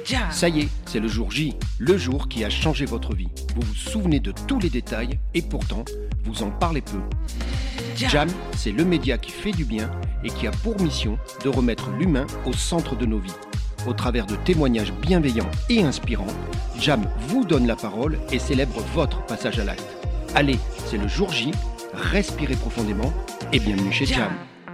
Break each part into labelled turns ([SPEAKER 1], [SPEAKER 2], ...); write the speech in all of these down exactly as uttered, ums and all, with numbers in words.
[SPEAKER 1] Ça y est, c'est le jour J, le jour qui a changé votre vie. Vous vous souvenez de tous les détails et pourtant, vous en parlez peu. Jam, c'est le média qui fait du bien et qui a pour mission de remettre l'humain au centre de nos vies. Au travers de témoignages bienveillants et inspirants, Jam vous donne la parole et célèbre votre passage à l'acte. Allez, c'est le jour J, respirez profondément et bienvenue chez Jam.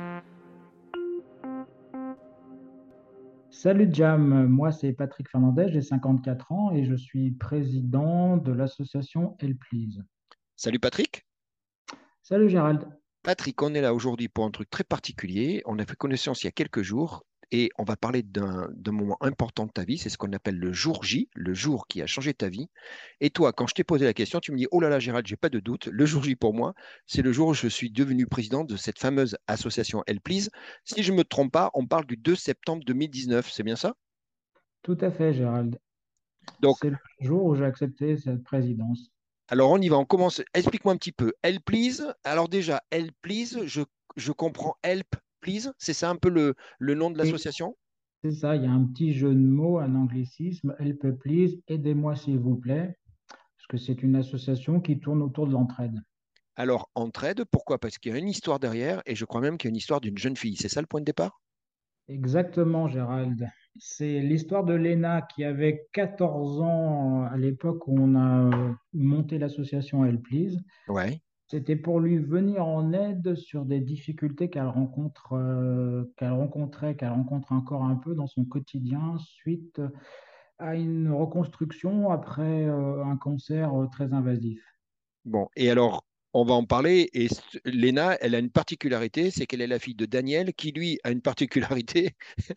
[SPEAKER 2] Salut Jam, moi c'est Patrick Fernandez, j'ai cinquante-quatre ans et je suis président de l'association Help Please.
[SPEAKER 1] Salut Patrick.
[SPEAKER 2] Salut Gérald.
[SPEAKER 1] Patrick, on est là aujourd'hui pour un truc très particulier. On a fait connaissance il y a quelques jours et on va parler d'un d'un moment important de ta vie. C'est ce qu'on appelle le jour J, le jour qui a changé ta vie. Et toi, quand je t'ai posé la question, tu me dis, oh là là, Gérald, j'ai pas de doute. Le jour J pour moi, c'est le jour où je suis devenu président de cette fameuse association Help Please. Si je ne me trompe pas, on parle du deux septembre deux mille dix-neuf. C'est bien ça?
[SPEAKER 2] Tout à fait Gérald.
[SPEAKER 1] Donc,
[SPEAKER 2] C'est le jour où j'ai accepté cette présidence.
[SPEAKER 1] alors on y va, on commence. Explique-moi un petit peu. Help Please. Alors déjà, Help Please, je, je comprends Help Please. C'est ça un peu le, le nom de
[SPEAKER 2] Et
[SPEAKER 1] l'association?
[SPEAKER 2] c'est ça, il y a un petit jeu de mots, un anglicisme, Help Please, aidez-moi s'il vous plaît, parce que c'est une association qui tourne autour de l'entraide.
[SPEAKER 1] Alors, entraide, pourquoi? Parce qu'il y a une histoire derrière et je crois même qu'il y a une histoire d'une jeune fille. C'est ça le point de départ?
[SPEAKER 2] Exactement Gérald. C'est l'histoire de Léna qui avait quatorze ans à l'époque où on a euh, monté l'association Help Please.
[SPEAKER 1] Ouais.
[SPEAKER 2] C'était pour lui venir en aide sur des difficultés qu'elle rencontre, euh, qu'elle rencontrait, qu'elle rencontre encore un peu dans son quotidien suite à une reconstruction après euh, un cancer euh, très invasif.
[SPEAKER 1] Bon, et alors, on va en parler. Et c- Léna, elle a une particularité, c'est qu'elle est la fille de Daniel, qui lui a une particularité,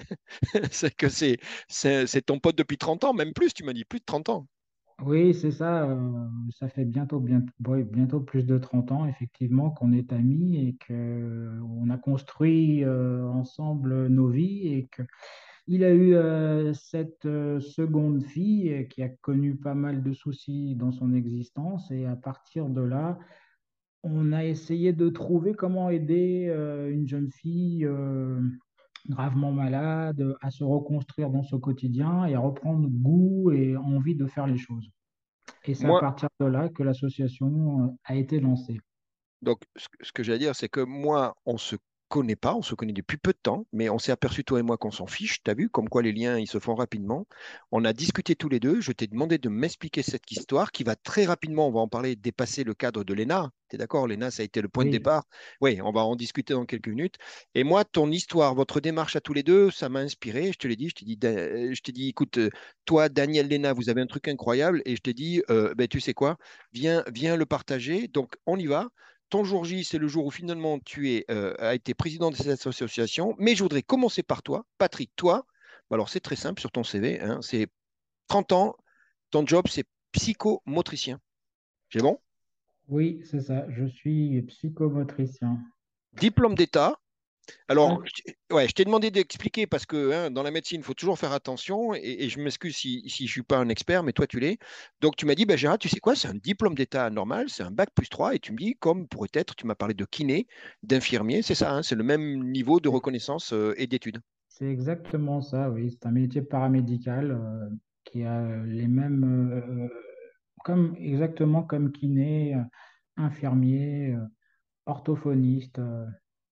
[SPEAKER 1] c'est que c'est c'est c'est ton pote depuis trente ans, même plus, tu m'as dit, plus de trente ans.
[SPEAKER 2] Oui, c'est ça. Euh, ça fait bientôt, bientôt, oui, bientôt plus de trente ans, effectivement, qu'on est amis et qu'on a construit euh, ensemble nos vies et que il a eu euh, cette euh, seconde fille euh, qui a connu pas mal de soucis dans son existence et à partir de là, on a essayé de trouver comment aider euh, une jeune fille euh, gravement malade à se reconstruire dans son quotidien et à reprendre goût et envie de faire les choses. Et c'est à
[SPEAKER 1] Moi,
[SPEAKER 2] partir de là que l'association euh, a été lancée.
[SPEAKER 1] Donc, ce que ce que j'allais dire, c'est que moi, on se connaît pas, on se connaît depuis peu de temps, mais on s'est aperçu, toi et moi, qu'on s'en fiche. Tu as vu, comme quoi les liens, ils se font rapidement. On a discuté tous les deux. Je t'ai demandé de m'expliquer cette histoire qui va très rapidement, on va en parler, dépasser le cadre de l'E N A. Tu es d'accord? L'E N A, ça a été le point de
[SPEAKER 2] Oui,
[SPEAKER 1] départ. Oui, on va en discuter dans quelques minutes. Et moi, ton histoire, votre démarche à tous les deux, ça m'a inspiré. Je te l'ai dit, je t'ai dit, Da- je t'ai dit, écoute, euh, toi, Daniel, Léna, vous avez un truc incroyable. Et je t'ai dit, euh, ben, tu sais quoi? Viens, viens le partager. Donc, on y va. Ton jour J, c'est le jour où finalement tu es, euh, as été président de cette association. Mais je voudrais commencer par toi. Patrick, toi, bah alors c'est très simple sur ton C V, hein, c'est trente ans, ton job c'est psychomotricien. C'est bon?
[SPEAKER 2] oui, c'est ça. Je suis psychomotricien.
[SPEAKER 1] Diplôme d'État. Alors,
[SPEAKER 2] Ah,
[SPEAKER 1] je- ouais, je t'ai demandé d'expliquer parce que hein, dans la médecine, il faut toujours faire attention et, et je m'excuse si, si je ne suis pas un expert, mais toi tu l'es. Donc tu m'as dit, bah, Gérard, tu sais quoi, c'est un diplôme d'État normal, c'est un bac plus trois et tu me dis, comme pourrait être, tu m'as parlé de kiné, d'infirmier, c'est ça, hein, c'est le même niveau de
[SPEAKER 2] c'est
[SPEAKER 1] reconnaissance euh, et d'études.
[SPEAKER 2] c'est exactement ça, oui. C'est un métier paramédical euh, qui a les mêmes, euh, comme, exactement comme kiné, euh, infirmier, euh, orthophoniste, euh,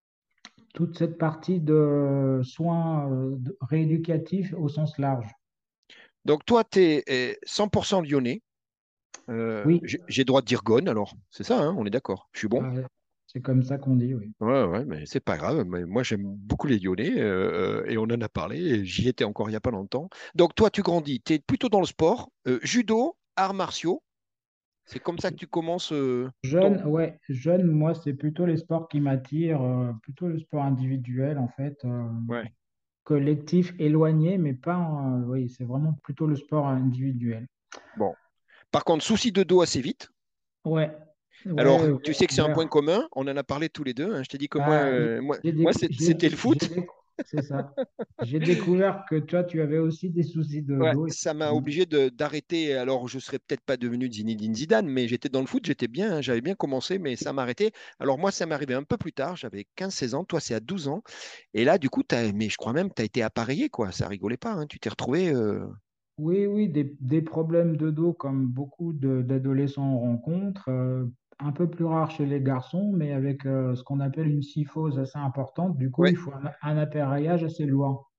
[SPEAKER 2] toute cette partie de soins euh, de- rééducatifs au sens large.
[SPEAKER 1] Donc toi, tu es cent pour cent lyonnais. Euh,
[SPEAKER 2] Oui,
[SPEAKER 1] j'ai j'ai droit de dire Gone, alors c'est ça, hein, on est d'accord, je suis bon.
[SPEAKER 2] bah, c'est comme ça qu'on dit, oui.
[SPEAKER 1] Ouais, ouais, mais c'est pas grave. Mais moi, j'aime beaucoup les Lyonnais euh, et on en a parlé. Et j'y étais encore il y a pas longtemps. Donc, toi, tu grandis. Tu es plutôt dans le sport, euh, judo, arts martiaux. C'est comme ça que tu commences euh, ton.
[SPEAKER 2] Jeune, ouais, jeune, moi, c'est plutôt les sports qui m'attirent, euh, plutôt le sport individuel, en fait, euh,
[SPEAKER 1] Ouais.
[SPEAKER 2] collectif, éloigné, mais pas, en- oui, c'est vraiment plutôt le sport individuel.
[SPEAKER 1] Bon. Par contre, souci de dos assez vite.
[SPEAKER 2] Ouais,
[SPEAKER 1] Alors,
[SPEAKER 2] ouais,
[SPEAKER 1] tu sais que c'est un point
[SPEAKER 2] vers,
[SPEAKER 1] commun. On en a parlé tous les deux, hein. Je t'ai dit que moi,
[SPEAKER 2] bah,
[SPEAKER 1] euh, moi,
[SPEAKER 2] j'ai
[SPEAKER 1] moi
[SPEAKER 2] décou-
[SPEAKER 1] c'est-
[SPEAKER 2] j'ai-
[SPEAKER 1] c'était le
[SPEAKER 2] j'ai
[SPEAKER 1] foot.
[SPEAKER 2] décou- c'est ça. J'ai découvert que toi, tu avais aussi des soucis de
[SPEAKER 1] Ouais,
[SPEAKER 2] dos,
[SPEAKER 1] ça m'a
[SPEAKER 2] effectivement.
[SPEAKER 1] obligé de d'arrêter. Alors, je serais peut-être pas devenu Zinedine Zidane, mais j'étais dans le foot, j'étais bien, hein, j'avais bien commencé, mais ça m'a arrêté. Alors, moi, ça m'est arrivé un peu plus tard, j'avais quinze seize ans, toi, c'est à douze ans. Et là, du coup, t'as, mais je crois même que tu as été appareillé, quoi. Ça rigolait pas, hein. Tu t'es retrouvé. euh,
[SPEAKER 2] Oui, oui, des, des problèmes de dos comme beaucoup de- d'adolescents en rencontrent, euh, un peu plus rare chez les garçons, mais avec euh, ce qu'on appelle une kyphose assez importante. Du coup,
[SPEAKER 1] Ouais.
[SPEAKER 2] il faut un, un appareillage assez lourd.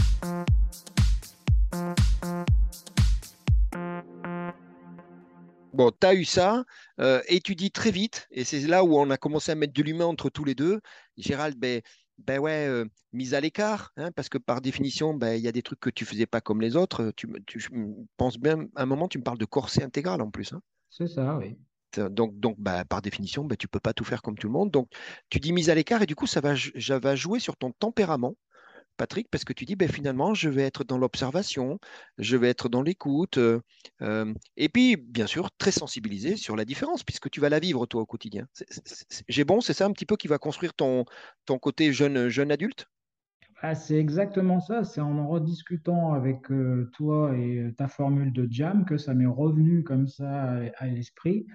[SPEAKER 1] Bon, tu as eu ça, euh, et tu dis très vite, et c'est là où on a commencé à mettre de l'humain entre tous les deux. Gérald, ben, ben ouais, euh, mise à l'écart, hein, parce que par définition, ben, il y a des trucs que tu faisais pas comme les autres. Tu, me- tu je pense bien, à un moment, tu me parles de corset intégral en plus, hein.
[SPEAKER 2] C'est ça, oui.
[SPEAKER 1] Donc, donc bah, par définition, bah, tu peux pas tout faire comme tout le monde. Donc, tu dis mise à l'écart, et du coup, ça va, j- ça va jouer sur ton tempérament. Patrick, parce que tu dis, ben, finalement, je vais être dans l'observation, je vais être dans l'écoute, euh, euh, et puis, bien sûr, très sensibilisé sur la différence, puisque tu vas la vivre, toi, au quotidien. C'est- c'est- c'est- J'ai bon, c'est ça un petit peu qui va construire ton, ton côté jeune, jeune adulte?
[SPEAKER 2] Ah, c'est exactement ça. C'est en en rediscutant avec euh, toi et euh, ta formule de jam que ça m'est revenu comme ça à, à l'esprit.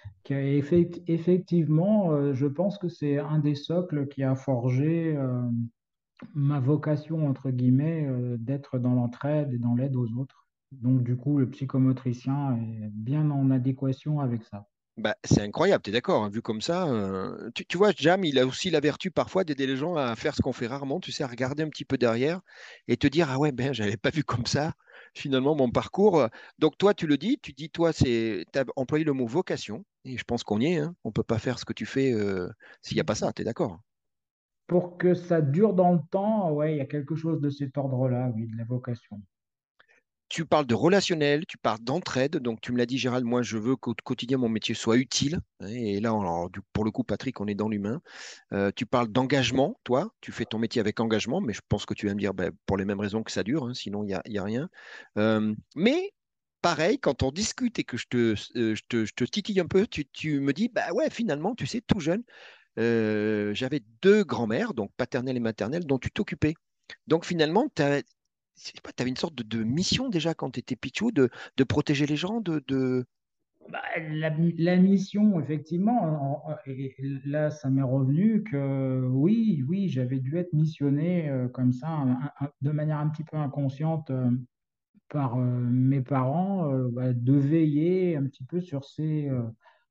[SPEAKER 2] Qu'effectivement, euh, je pense que c'est un des socles qui a forgé euh, ma vocation, entre guillemets, euh, d'être dans l'entraide et dans l'aide aux autres. Donc, du coup, le psychomotricien est bien en adéquation avec ça.
[SPEAKER 1] Bah, c'est incroyable, tu es d'accord, hein, vu comme ça. euh, tu, tu vois, Jam, il a aussi la vertu parfois d'aider les gens à faire ce qu'on fait rarement, tu sais, à regarder un petit peu derrière et te dire, ah ouais, ben, j'avais pas vu comme ça, finalement, mon parcours. Donc, toi, tu le dis, tu dis, toi, c'est, tu as employé le mot vocation, et je pense qu'on y est, hein. On peut pas faire ce que tu fais euh, s'il n'y a pas ça, tu es d'accord?
[SPEAKER 2] Pour que ça dure dans le temps, ouais, il y a quelque chose de cet ordre-là, oui, de la vocation.
[SPEAKER 1] Tu parles de relationnel, tu parles d'entraide. Donc, tu me l'as dit, Gérald, moi, je veux qu'au quotidien, mon métier soit utile, hein. Et là, on- alors, du- pour le coup, Patrick, on est dans l'humain. Euh, tu parles d'engagement, toi, tu fais ton métier avec engagement, mais je pense que tu vas me dire ben, pour les mêmes raisons que ça dure, hein, sinon il n'y a, il y a rien. Euh, mais pareil, quand on discute et que je te, euh, je te, je te titille un peu, tu, tu me dis, bah ouais, finalement, tu sais, tout jeune, euh, j'avais deux grands-mères, donc paternelle et maternelle, dont tu t'occupais. Donc finalement, tu avais une sorte de, de mission déjà quand tu étais pitchou, de, de protéger les gens, de, de...
[SPEAKER 2] Bah, la, la mission, effectivement, en- en- et là, ça m'est revenu que oui, oui, j'avais dû être missionné euh, comme ça, un- un- de manière un petit peu inconsciente euh, par euh, mes parents, euh, bah, de veiller un petit peu sur ces, euh,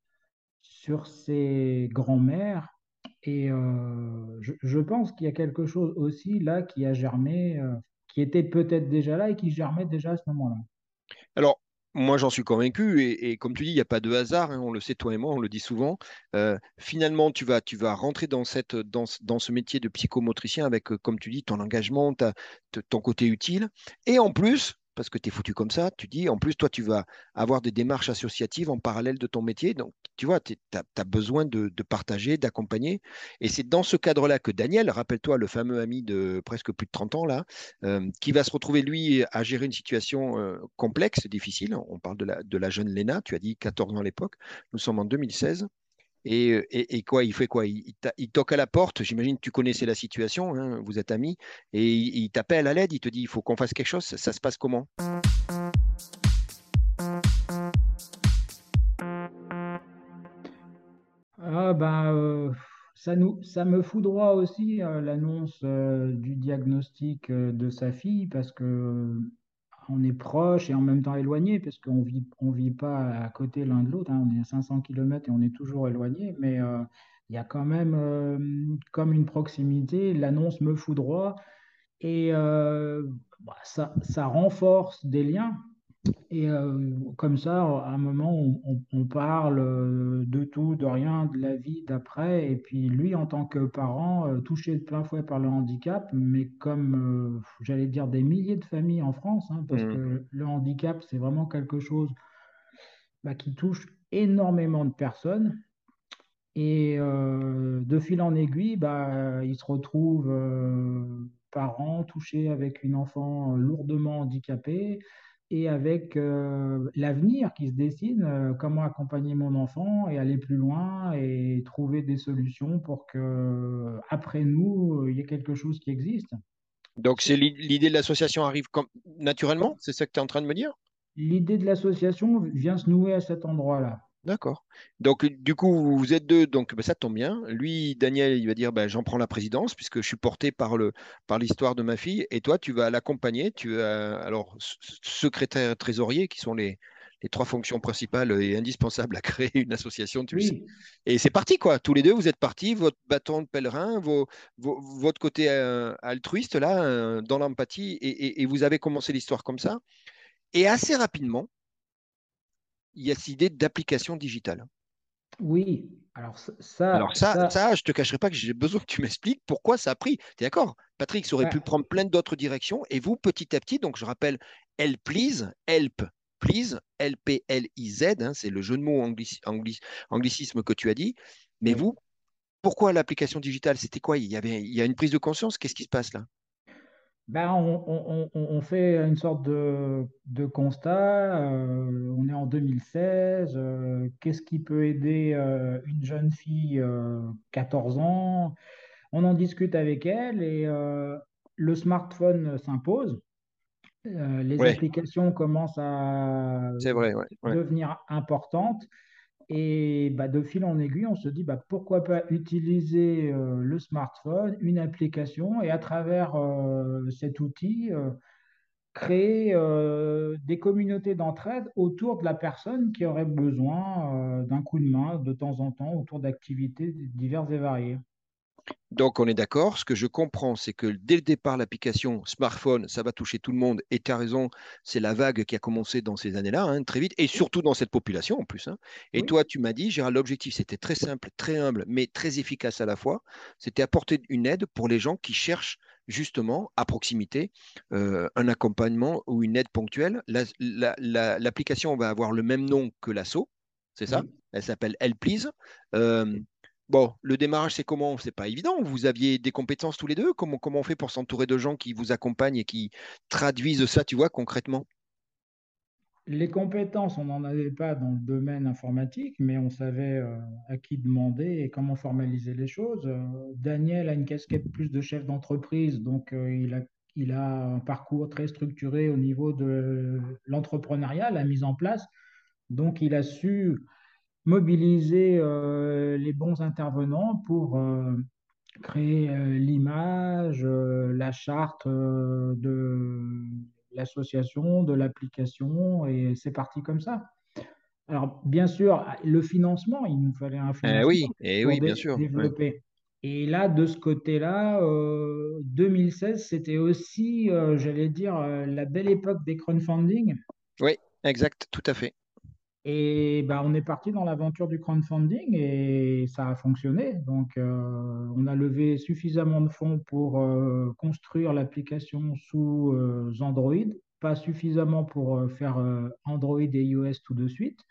[SPEAKER 2] sur ces grands-mères. Et euh, je, je pense qu'il y a quelque chose aussi là qui a germé, euh, qui était peut-être déjà là et qui germait déjà à ce moment-là.
[SPEAKER 1] Alors, moi, j'en suis convaincu, et, et comme tu dis, il n'y a pas de hasard, hein, on le sait, toi et moi, on le dit souvent. Euh, finalement, tu vas, tu vas rentrer dans cette, dans, ce dans ce métier de psychomotricien avec, euh, comme tu dis, ton engagement, ta- te- ton côté utile. Et en plus, parce que tu es foutu comme ça, tu dis, en plus, toi, tu vas avoir des démarches associatives en parallèle de ton métier. Donc, tu vois, tu as, besoin de, de partager, d'accompagner. Et c'est dans ce cadre-là que Daniel, rappelle-toi, le fameux ami de presque plus de trente ans, là, euh, qui va se retrouver, lui, à gérer une situation euh, complexe, difficile. On parle de la, de la jeune Léna, tu as dit quatorze ans à l'époque. Nous sommes en deux mille seize. Et, euh, et, et quoi, il fait quoi? Il, il, ta- il toque à la porte, j'imagine que tu connaissais la situation, hein, vous êtes amis, et il, il t'appelle à l'aide, il te dit, il faut qu'on fasse quelque chose. Ça, ça se passe comment?
[SPEAKER 2] Ah ben, euh, ça nous, ça me foudroie aussi euh, l'annonce euh, du diagnostic euh, de sa fille parce que euh, on est proche et en même temps éloigné parce qu'on vit, on vit pas à côté l'un de l'autre, hein. On est à cinq cents kilomètres et on est toujours éloigné, mais euh, il y a quand même euh, comme une proximité. L'annonce me foudroie et euh, bah, ça, ça renforce des liens. Et euh, comme ça, à un moment, on, on- on parle euh, de tout, de rien, de la vie d'après. Et puis lui, en tant que parent, euh, touché de plein fouet par le handicap, mais comme, euh, j'allais dire, des milliers de familles en France, hein, parce
[SPEAKER 1] Hmm.
[SPEAKER 2] que le handicap, c'est vraiment quelque chose bah, qui touche énormément de personnes. Et euh, de fil en aiguille, bah, il se retrouve euh, parent touché avec une enfant euh, lourdement handicapée et avec euh, l'avenir qui se dessine, euh, comment accompagner mon enfant et aller plus loin et trouver des solutions pour que après nous, euh, il y ait quelque chose qui existe.
[SPEAKER 1] Donc, c'est
[SPEAKER 2] C'est-
[SPEAKER 1] l'i- l'idée de l'association arrive comme, naturellement, c'est ça que tu es en train de me dire?
[SPEAKER 2] L'idée de l'association vient se nouer à cet endroit-là.
[SPEAKER 1] D'accord. Donc, du coup, vous êtes deux, donc bah, ça tombe bien. Lui, Daniel, il va dire bah, j'en prends la présidence puisque je suis porté par le, par l'histoire de ma fille. Et toi, tu vas l'accompagner. Tu vas, alors, s- s- secrétaire trésorier, qui sont les, les trois fonctions principales et indispensables à créer une association, tu le sais.
[SPEAKER 2] Oui,
[SPEAKER 1] Et c'est parti, quoi. Tous les deux, vous êtes partis, votre bâton de pèlerin, vos, vos- votre côté euh, altruiste, là, euh, dans l'empathie, et, et et vous avez commencé l'histoire comme ça. Et assez rapidement, il y a cette idée d'application digitale.
[SPEAKER 2] oui. Alors ça, ça,
[SPEAKER 1] Alors ça,
[SPEAKER 2] ça,
[SPEAKER 1] ça, je te cacherai pas que j'ai besoin que tu m'expliques pourquoi ça a pris. Tu es d'accord? Patrick, ça aurait pu
[SPEAKER 2] bah,
[SPEAKER 1] prendre plein d'autres directions. Et vous, petit à petit, donc je rappelle, Help Please, Help Please, L P L I Z, hein, c'est le jeu de mots anglis- anglis- anglicisme que tu as dit. Mais
[SPEAKER 2] oui.
[SPEAKER 1] vous, pourquoi l'application digitale? C'était quoi? Il y avait, il y a une prise de conscience? Qu'est-ce qui se passe là?
[SPEAKER 2] Ben, on, on- on- on fait une sorte de, de constat. Euh, on est en deux mille seize. Euh, qu'est-ce qui peut aider euh, une jeune fille, euh, quatorze ans? On en discute avec elle et euh, le smartphone s'impose. Euh, les
[SPEAKER 1] Ouais,
[SPEAKER 2] applications commencent à
[SPEAKER 1] c'est vrai, ouais, ouais.
[SPEAKER 2] devenir importantes. Et bah, de fil en aiguille, on se dit bah, pourquoi pas utiliser euh, le smartphone, une application, et à travers euh, cet outil, euh, créer euh, des communautés d'entraide autour de la personne qui aurait besoin euh, d'un coup de main de temps en temps autour d'activités diverses et variées.
[SPEAKER 1] Donc, on est d'accord. Ce que je comprends, c'est que dès le départ, l'application smartphone, ça va toucher tout le monde. Et tu as raison, c'est la vague qui a commencé dans ces années-là, hein, très vite, et
[SPEAKER 2] Oui,
[SPEAKER 1] surtout dans cette population en plus, hein. Et
[SPEAKER 2] oui,
[SPEAKER 1] toi, tu m'as dit, Gérald, l'objectif, c'était très simple, très humble, mais très efficace à la fois. C'était apporter une aide pour les gens qui cherchent justement à proximité euh, un accompagnement ou une aide ponctuelle. La- la- la- L'application va avoir le même nom que l'asso, c'est ça?
[SPEAKER 2] oui.
[SPEAKER 1] Elle s'appelle Help Please. Euh, Bon, le démarrage, c'est comment? C'est pas évident. Vous aviez des compétences tous les deux. Comment, comment on fait pour s'entourer de gens qui vous accompagnent et qui traduisent ça, tu vois, concrètement?
[SPEAKER 2] Les compétences, on n'en avait pas dans le domaine informatique, mais on savait euh, à qui demander et comment formaliser les choses. Euh, Daniel a une casquette plus de chef d'entreprise, donc euh, il a, il a un parcours très structuré au niveau de l'entrepreneuriat, la mise en place. Donc il a su mobiliser euh, les bons intervenants pour euh, créer euh, l'image, euh, la charte euh, de l'association, de l'application, et c'est parti comme ça. Alors, bien sûr, le financement, il nous fallait un
[SPEAKER 1] Eh
[SPEAKER 2] financement
[SPEAKER 1] oui, eh
[SPEAKER 2] pour
[SPEAKER 1] oui, bien
[SPEAKER 2] dé-
[SPEAKER 1] sûr. Ouais.
[SPEAKER 2] développer. Et là, de ce côté-là, euh, deux mille seize, c'était aussi, euh, j'allais dire, euh, la belle époque des crowdfunding.
[SPEAKER 1] Oui, exact, tout à fait.
[SPEAKER 2] Et bah, on est parti dans l'aventure du crowdfunding et ça a fonctionné. Donc, euh, on a levé suffisamment de fonds pour euh, construire l'application sous euh, Android, pas suffisamment pour euh, faire euh, Android et iOS tout de suite.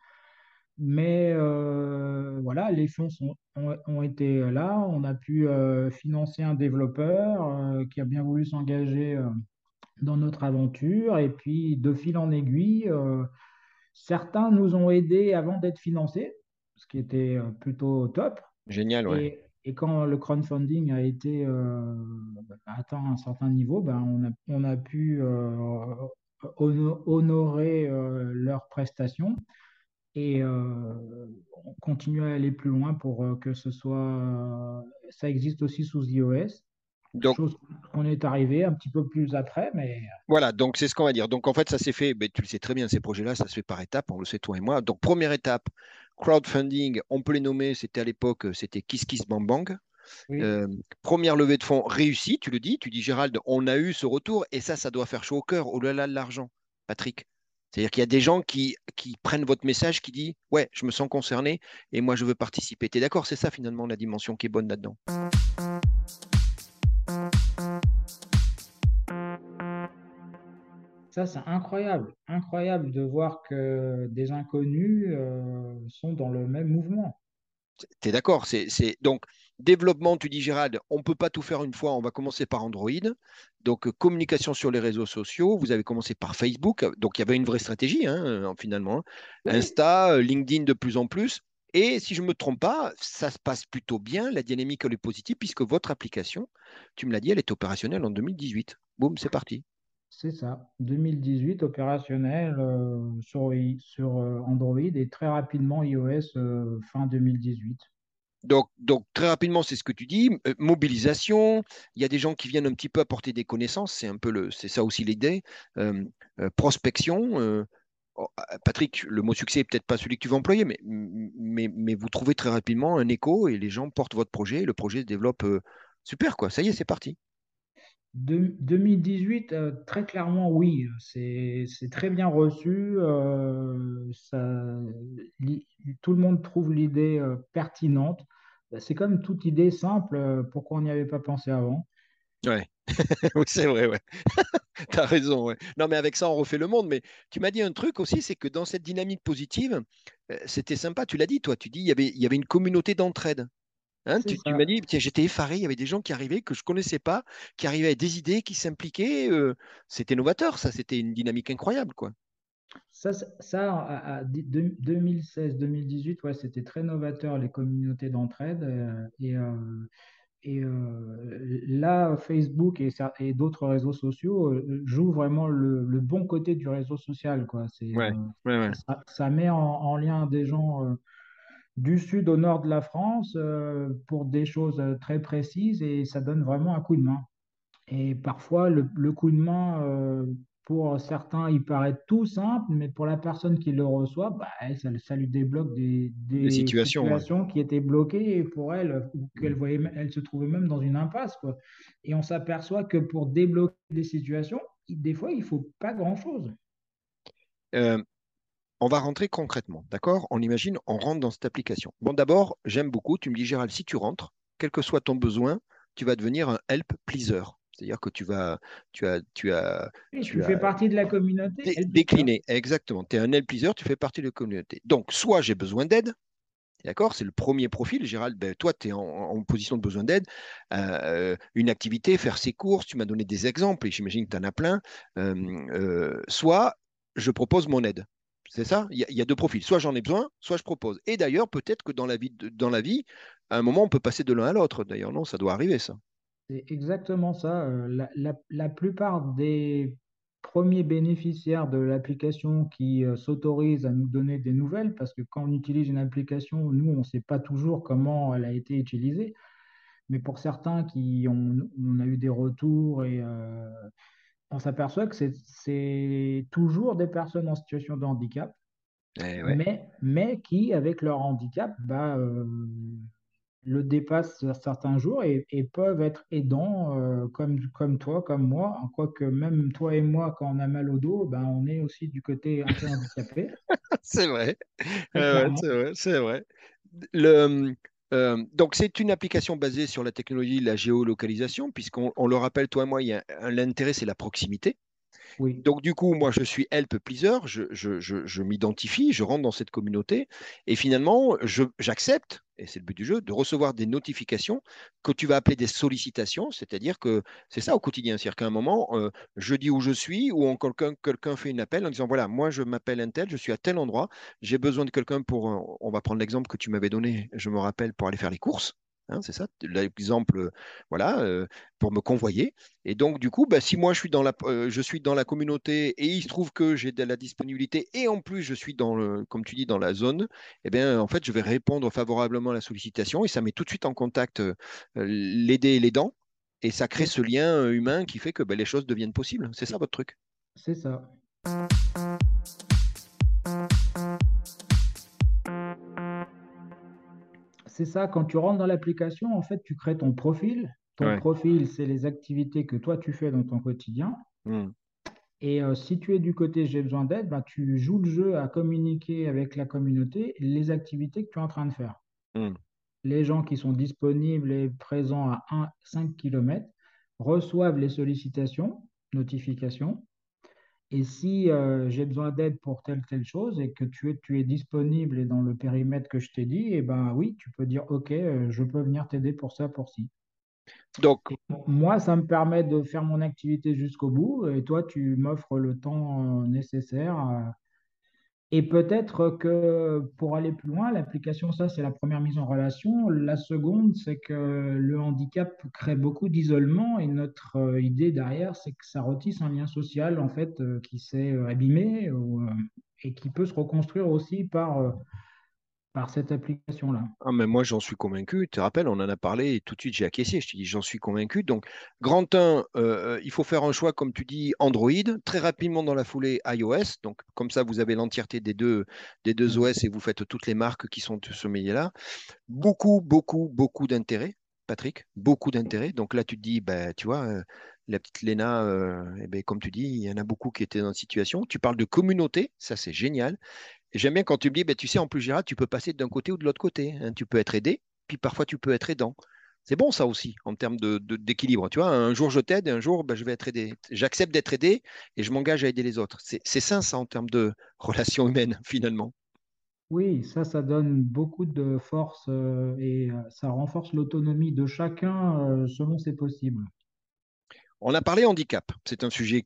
[SPEAKER 2] Mais euh, voilà, les fonds sont- ont, ont été là. On a pu euh, financer un développeur euh, qui a bien voulu s'engager euh, dans notre aventure. Et puis, de fil en aiguille, euh, certains nous ont aidés avant d'être financés, ce qui était euh, plutôt top.
[SPEAKER 1] Génial, ouais.
[SPEAKER 2] Et, et quand le crowdfunding a été euh, atteint un certain niveau, ben, on a, on a pu euh, hono- honorer euh, leurs prestations et euh, on continue à aller plus loin pour euh, que ce soit, ça existe aussi sous iOS,
[SPEAKER 1] Donc,
[SPEAKER 2] chose qu'on est arrivé un petit peu plus après, mais
[SPEAKER 1] voilà, donc c'est ce qu'on va dire. Donc, en fait, ça s'est fait, ben, tu le sais très bien, ces projets-là, ça se fait par étapes, on le sait, toi et moi. Donc, première étape, crowdfunding, on peut les nommer, c'était à l'époque, c'était Kiss Kiss Bang Bang.
[SPEAKER 2] oui.
[SPEAKER 1] Euh, Première levée de fonds réussie, tu le dis, tu dis Gérald, on a eu ce retour et ça, ça doit faire chaud au cœur. Oh là là, l'argent, Patrick. C'est-à-dire qu'il y a des gens qui, qui prennent votre message, qui disent, ouais, je me sens concerné et moi je veux participer. T'es d'accord? C'est ça finalement la dimension qui est bonne là-dedans.
[SPEAKER 2] Ça, c'est incroyable, incroyable de voir que des inconnus euh, sont dans le même mouvement.
[SPEAKER 1] T'es d'accord? C'est, c'est... Donc, développement, tu dis Gérald, on ne peut pas tout faire une fois, on va commencer par Android. Donc, euh, communication sur les réseaux sociaux, vous avez commencé par Facebook. Donc, il y avait une vraie stratégie, hein, euh, finalement, hein.
[SPEAKER 2] Oui,
[SPEAKER 1] Insta, euh, LinkedIn de plus en plus. Et si je ne me trompe pas, ça se passe plutôt bien, la dynamique elle est positive, puisque votre application, tu me l'as dit, elle est opérationnelle en deux mille dix-huit. Boum, c'est parti.
[SPEAKER 2] C'est ça. deux mille dix-huit, opérationnel euh, sur, i- sur euh, Android et très rapidement iOS euh, fin deux mille dix-huit.
[SPEAKER 1] Donc, donc, très rapidement, c'est ce que tu dis, euh, mobilisation, il y a des gens qui viennent un petit peu apporter des connaissances, c'est un peu le, c'est ça aussi l'idée. Euh, euh, prospection. euh, oh, euh, Patrick, le mot succès est peut-être pas celui que tu vas employer, mais, mais, mais vous trouvez très rapidement un écho et les gens portent votre projet, et le projet se développe euh, super, quoi. Ça y est, c'est parti.
[SPEAKER 2] De- deux mille dix-huit, euh, très clairement, oui, c'est c'est très bien reçu. Euh, ça, li- tout le monde trouve l'idée euh, pertinente. C'est comme toute idée simple, euh, pourquoi on n'y avait pas pensé avant?
[SPEAKER 1] Ouais, oui, c'est vrai, ouais. T'as raison, ouais. Non, mais avec ça, on refait le monde. Mais tu m'as dit un truc aussi, c'est que dans cette dynamique positive, euh, c'était sympa. Tu l'as dit, toi. Tu dis, il y avait, il y avait une communauté d'entraide. Hein,
[SPEAKER 2] C'est
[SPEAKER 1] tu, tu m'as
[SPEAKER 2] ça.
[SPEAKER 1] dit, tiens, j'étais effaré, il y avait des gens qui arrivaient que je connaissais pas, qui arrivaient avec des idées, qui s'impliquaient. euh, c'était novateur, ça, c'était une dynamique incroyable, quoi.
[SPEAKER 2] Ça, ça, ça, à, à di- deux- deux mille seize-deux mille dix-huit, ouais, c'était très novateur, les communautés d'entraide. euh, et euh, et euh, là, Facebook et, ça- et d'autres réseaux sociaux euh, jouent vraiment le, le bon côté du réseau social, quoi. C'est,
[SPEAKER 1] Ouais,
[SPEAKER 2] euh,
[SPEAKER 1] ouais, ouais.
[SPEAKER 2] ça, ça- ça met en, en lien des gens euh, du sud au nord de la France euh, pour des choses euh, très précises et ça donne vraiment un coup de main. Et parfois, le, le coup de main, euh, pour certains, il paraît tout simple, mais pour la personne qui le reçoit, bah, elle, ça, ça lui débloque des,
[SPEAKER 1] Des
[SPEAKER 2] des
[SPEAKER 1] situations, ouais.
[SPEAKER 2] situations qui étaient bloquées pour elle, ou qu'elle voyait, elle se trouvait même dans une impasse, quoi. Et on s'aperçoit que pour débloquer des situations, il- des fois, il faut pas grand-chose.
[SPEAKER 1] Euh, on va rentrer concrètement, d'accord? On imagine, on rentre dans cette application. Bon, d'abord, j'aime beaucoup, tu me dis, Gérald, si tu rentres, quel que soit ton besoin, tu vas devenir un help pleaser. C'est-à-dire que tu vas, tu as, tu as,
[SPEAKER 2] Et tu
[SPEAKER 1] tu
[SPEAKER 2] fais
[SPEAKER 1] as
[SPEAKER 2] partie de la communauté,
[SPEAKER 1] dé-
[SPEAKER 2] elle peut faire.
[SPEAKER 1] décliné. Exactement. Tu es un help pleaser, tu fais partie de la communauté. Donc, soit j'ai besoin d'aide, d'accord? C'est le premier profil. Gérald, ben, toi, tu es en, en position de besoin d'aide. Euh, une activité, faire ses courses, tu m'as donné des exemples et j'imagine que tu en as plein. Euh, euh, soit je propose mon aide. C'est ça? Il y, a il y a deux profils. Soit j'en ai besoin, soit je propose. Et d'ailleurs, peut-être que dans la vie, de- dans la vie, à un moment, on peut passer de l'un à l'autre. D'ailleurs, non, ça doit arriver, ça.
[SPEAKER 2] C'est exactement ça. Euh, La, la- la plupart des premiers bénéficiaires de l'application qui euh, s'autorisent à nous donner des nouvelles, parce que quand on utilise une application, nous, on ne sait pas toujours comment elle a été utilisée, mais pour certains qui ont, on a eu des retours et euh, on s'aperçoit que c'est c'est toujours des personnes en situation de handicap,
[SPEAKER 1] Eh ouais.
[SPEAKER 2] mais, mais qui, avec leur handicap, bah, euh, le dépassent certains jours et, et peuvent être aidants euh, comme, comme toi, comme moi. Quoique même toi et moi, quand on a mal au dos, ben, on est aussi du côté un peu handicapé,
[SPEAKER 1] C'est vrai.
[SPEAKER 2] très
[SPEAKER 1] Ouais, ouais,
[SPEAKER 2] clairement.
[SPEAKER 1] c'est vrai, c'est vrai. Le, euh, donc, c'est une application basée sur la technologie de la géolocalisation, puisqu'on on le rappelle, toi et moi, il y a un- l'intérêt, c'est la proximité.
[SPEAKER 2] Oui,
[SPEAKER 1] Donc, du coup, moi, je suis help pleaser, je, je, je, je m'identifie, je rentre dans cette communauté, et finalement, je, j'accepte, et c'est le but du jeu, de recevoir des notifications que tu vas appeler des sollicitations, c'est-à-dire que c'est ça au quotidien, c'est-à-dire qu'à un moment, euh, je dis où je suis, ou en quelqu'un quelqu'un fait une appel en disant, voilà, moi, je m'appelle un tel, je suis à tel endroit, j'ai besoin de quelqu'un pour, euh, on va prendre l'exemple que tu m'avais donné, je me rappelle, pour aller faire les courses, hein, c'est ça, l'exemple, euh, voilà, euh, pour me convoyer. Et donc, du coup, bah, si moi je suis dans la, euh, je suis dans la communauté et il se trouve que j'ai de la disponibilité et en plus je suis dans le, comme tu dis, dans la zone, eh bien, en fait, je vais répondre favorablement à la sollicitation et ça met tout de suite en contact euh, l'aider et l'aidant et ça crée
[SPEAKER 2] c'est
[SPEAKER 1] ce lien euh, humain qui fait que bah, les choses deviennent possibles. C'est ça votre truc.
[SPEAKER 2] c'est ça. C'est ça, quand tu rentres dans l'application, en fait, tu crées ton profil. Ton
[SPEAKER 1] Ouais.
[SPEAKER 2] profil, c'est les activités que toi, tu fais dans ton quotidien.
[SPEAKER 1] Mm.
[SPEAKER 2] Et euh, si tu es du côté j'ai besoin d'aide, ben, tu joues le jeu à communiquer avec la communauté les activités que tu es en train de faire.
[SPEAKER 1] Mm.
[SPEAKER 2] Les gens qui sont disponibles et présents à un cinq kilomètres reçoivent les sollicitations, notifications. Et si euh, j'ai besoin d'aide pour telle telle chose et que tu es, tu es disponible et dans le périmètre que je t'ai dit, eh ben oui, tu peux dire OK, euh, je peux venir t'aider pour ça, pour ci.
[SPEAKER 1] Donc,
[SPEAKER 2] Et bon, moi, ça me permet de faire mon activité jusqu'au bout et toi, tu m'offres le temps euh, nécessaire Et peut-être que pour aller plus loin, l'application, ça, c'est la première mise en relation. La seconde, c'est que le handicap crée beaucoup d'isolement et notre euh, idée derrière, c'est que ça retisse un lien social, en fait, euh, qui s'est euh, abîmé ou, euh, et qui peut se reconstruire aussi par, euh, par cette application-là.
[SPEAKER 1] Ah, mais moi, j'en suis convaincu. Tu te rappelles, on en a parlé et tout de suite, j'ai acquiescé. Je te dis, j'en suis convaincu. Donc, grand un, euh, euh, il faut faire un choix, comme tu dis, Android. Très rapidement, dans la foulée, iOS. Donc, comme ça, vous avez l'entièreté des deux, des deux
[SPEAKER 2] Ouais.
[SPEAKER 1] O S et vous faites toutes les marques qui sont de ce milieu-là. Beaucoup, beaucoup, beaucoup d'intérêt, Patrick. Beaucoup d'intérêt. Donc là, tu te dis, bah, tu vois, euh, la petite Léna, euh, eh ben, comme tu dis, il y en a beaucoup qui étaient dans cette situation. Tu parles de communauté. Ça, c'est génial. Et j'aime bien quand tu me dis, ben, tu sais, en plus, Gérard, tu peux passer d'un côté ou de l'autre côté, hein. Tu peux être aidé, puis parfois tu peux être aidant. C'est bon ça aussi, en termes de, de- d'équilibre. Tu vois, un jour je t'aide et un jour ben, je vais être aidé. J'accepte d'être aidé et je m'engage à aider les autres. C'est, c'est sain ça en termes de relations humaines, finalement.
[SPEAKER 2] Oui, ça, ça donne beaucoup de force euh, et euh, ça renforce l'autonomie de chacun euh, selon ses possibles.
[SPEAKER 1] On a parlé handicap. C'est un sujet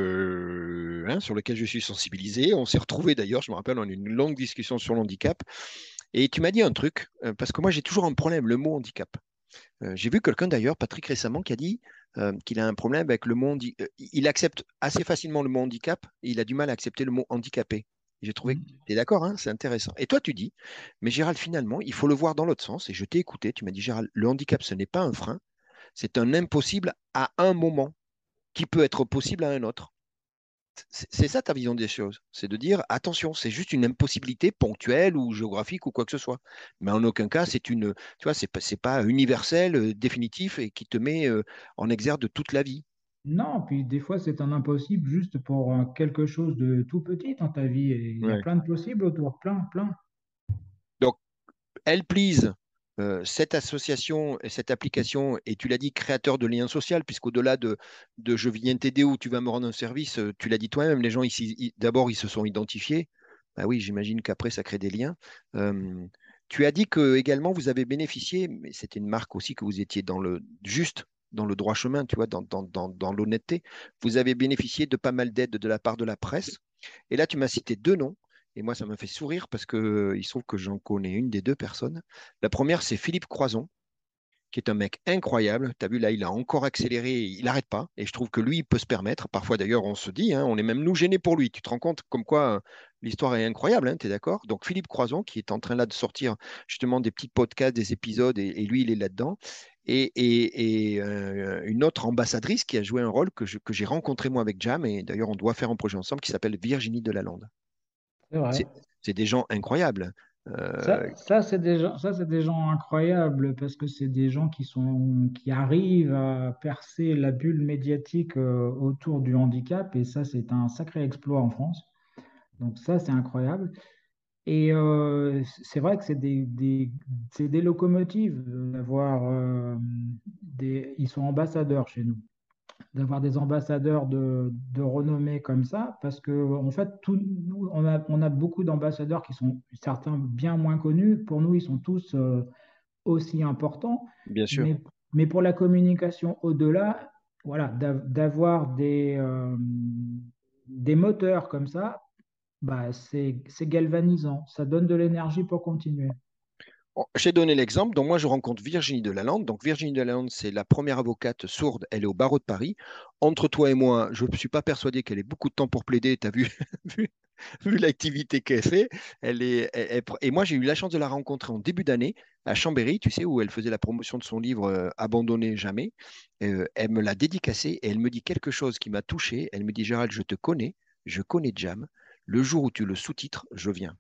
[SPEAKER 1] que, hein, sur lequel je suis sensibilisé. On s'est retrouvés d'ailleurs, je me rappelle, on a eu une longue discussion sur l'handicap. Et tu m'as dit un truc, euh, parce que moi j'ai toujours un problème, le mot handicap. Euh, j'ai vu quelqu'un d'ailleurs, Patrick récemment, qui a dit euh, qu'il a un problème avec le mot handi- euh, il accepte assez facilement le mot handicap et il a du mal à accepter le mot handicapé. J'ai trouvé que
[SPEAKER 2] Mm.
[SPEAKER 1] tu es d'accord, hein, c'est intéressant. Et toi, tu dis, mais Gérald, finalement, il faut le voir dans l'autre sens. Et je t'ai écouté, tu m'as dit, Gérald, le handicap, ce n'est pas un frein, c'est un impossible à un moment qui peut être possible à un autre. C'est c'est ça ta vision des choses. C'est de dire, attention, c'est juste une impossibilité ponctuelle ou géographique ou quoi que ce soit. Mais en aucun cas, c'est une, tu vois, c'est pas, c'est pas universel, euh, définitif et qui te met euh, en exergue de toute la vie.
[SPEAKER 2] Non, puis des fois c'est un impossible juste pour euh, quelque chose de tout petit dans ta vie et il y a
[SPEAKER 1] Ouais.
[SPEAKER 2] plein de possibles autour, plein, plein.
[SPEAKER 1] Donc, elle please. euh, cette association et cette application, et tu l'as dit, créateur de liens sociaux, puisqu'au-delà de, de je viens t'aider ou tu vas me rendre un service, euh, tu l'as dit toi-même, les gens ici, i- d'abord, ils se sont identifiés. Bah oui, j'imagine qu'après, ça crée des liens. Euh, Tu as dit que également vous avez bénéficié, mais c'était une marque aussi que vous étiez dans le juste, dans le droit chemin, tu vois, dans, dans, dans, dans l'honnêteté. Vous avez bénéficié de pas mal d'aides de la part de la presse. Et là, tu m'as cité deux noms. Et moi, ça m'a fait sourire parce que euh, il se trouve que j'en connais une des deux personnes. La première, c'est Philippe Croison, qui est un mec incroyable. Tu as vu, là, il a encore accéléré, il n'arrête pas. Et je trouve que lui, il peut se permettre. Parfois, d'ailleurs, on se dit, hein, on est même nous gênés pour lui. Tu te rends compte comme quoi euh, l'histoire est incroyable, hein, tu es d'accord? Donc, Philippe Croison, qui est en train là de sortir justement des petits podcasts, des épisodes, et, et lui, il est là-dedans. Et, et- et, euh, une autre ambassadrice qui a joué un rôle que je- que j'ai rencontré moi avec Jam, et d'ailleurs, on doit faire un projet ensemble qui s'appelle Virginie Delalande.
[SPEAKER 2] C'est vrai.
[SPEAKER 1] C'est c'est des gens incroyables. Euh,
[SPEAKER 2] Ça, ça c'est des gens, ça, c'est des gens incroyables parce que c'est des gens qui sont, qui arrivent à percer la bulle médiatique euh, autour du handicap et ça, c'est un sacré exploit en France. Donc ça, c'est incroyable. Et euh, c'est vrai que c'est des, des, c'est des locomotives d'avoir euh, des, ils sont ambassadeurs chez nous, d'avoir des ambassadeurs de, de renommée comme ça, parce que en fait, tout, nous, on a, on a beaucoup d'ambassadeurs qui sont certains bien moins connus. Pour nous, ils sont tous euh, aussi importants,
[SPEAKER 1] Bien sûr.
[SPEAKER 2] mais, mais pour la communication au-delà, voilà, d'av- d'avoir des, euh, des moteurs comme ça, bah, c'est, c'est galvanisant. Ça donne de l'énergie pour continuer.
[SPEAKER 1] Bon, j'ai donné l'exemple. Donc, moi, je rencontre Virginie Delalande. Donc, Virginie Delalande, c'est la première avocate sourde. Elle est au barreau de Paris. Entre toi et moi, je ne suis pas persuadé qu'elle ait beaucoup de temps pour plaider. Tu as vu, vu, vu l'activité qu'elle fait. Elle est, elle- elle- et moi, j'ai eu la chance de la rencontrer en début d'année à Chambéry, tu sais, où elle faisait la promotion de son livre euh, Abandonner jamais. Euh, elle me l'a dédicacé et elle me dit quelque chose qui m'a touché. Elle me dit, Gérald, je te connais, je connais Jam. Le jour où tu le sous-titres, je viens.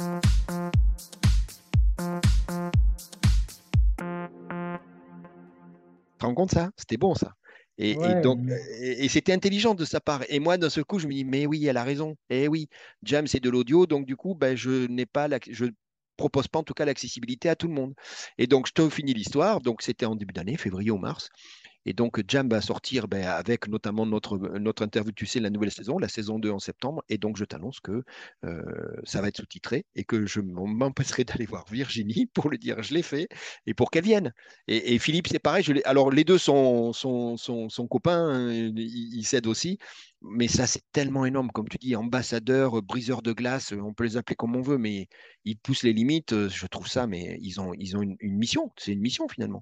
[SPEAKER 1] Tu te rends compte ça? C'était bon ça. Et, et
[SPEAKER 2] Ouais,
[SPEAKER 1] donc, et, et c'était intelligent de sa part. Et moi, d'un seul coup, je me dis, mais oui, elle a raison. Eh oui, Jam, c'est de l'audio, donc du coup, ben, je n'ai pas, l'ac- je propose pas en tout cas l'accessibilité à tout le monde. Et donc, je te finis l'histoire. Donc, c'était en début d'année, février ou mars. Et donc, Jam va sortir ben, avec notamment notre, notre interview, tu sais, la nouvelle saison, la saison deux en septembre. Et donc, je t'annonce que euh, ça va être sous-titré et que je m'empêcherai d'aller voir Virginie pour lui dire je l'ai fait et pour qu'elle vienne. Et, et Philippe, c'est pareil. Je l'ai- Alors, les deux sont, sont, sont, sont copains, hein, ils ils s'aident aussi. Mais ça, c'est tellement énorme. Comme tu dis, ambassadeurs, briseurs de glace, on peut les appeler comme on veut, mais ils poussent les limites. Je trouve ça, mais ils ont, ils ont une, une mission. C'est une mission finalement.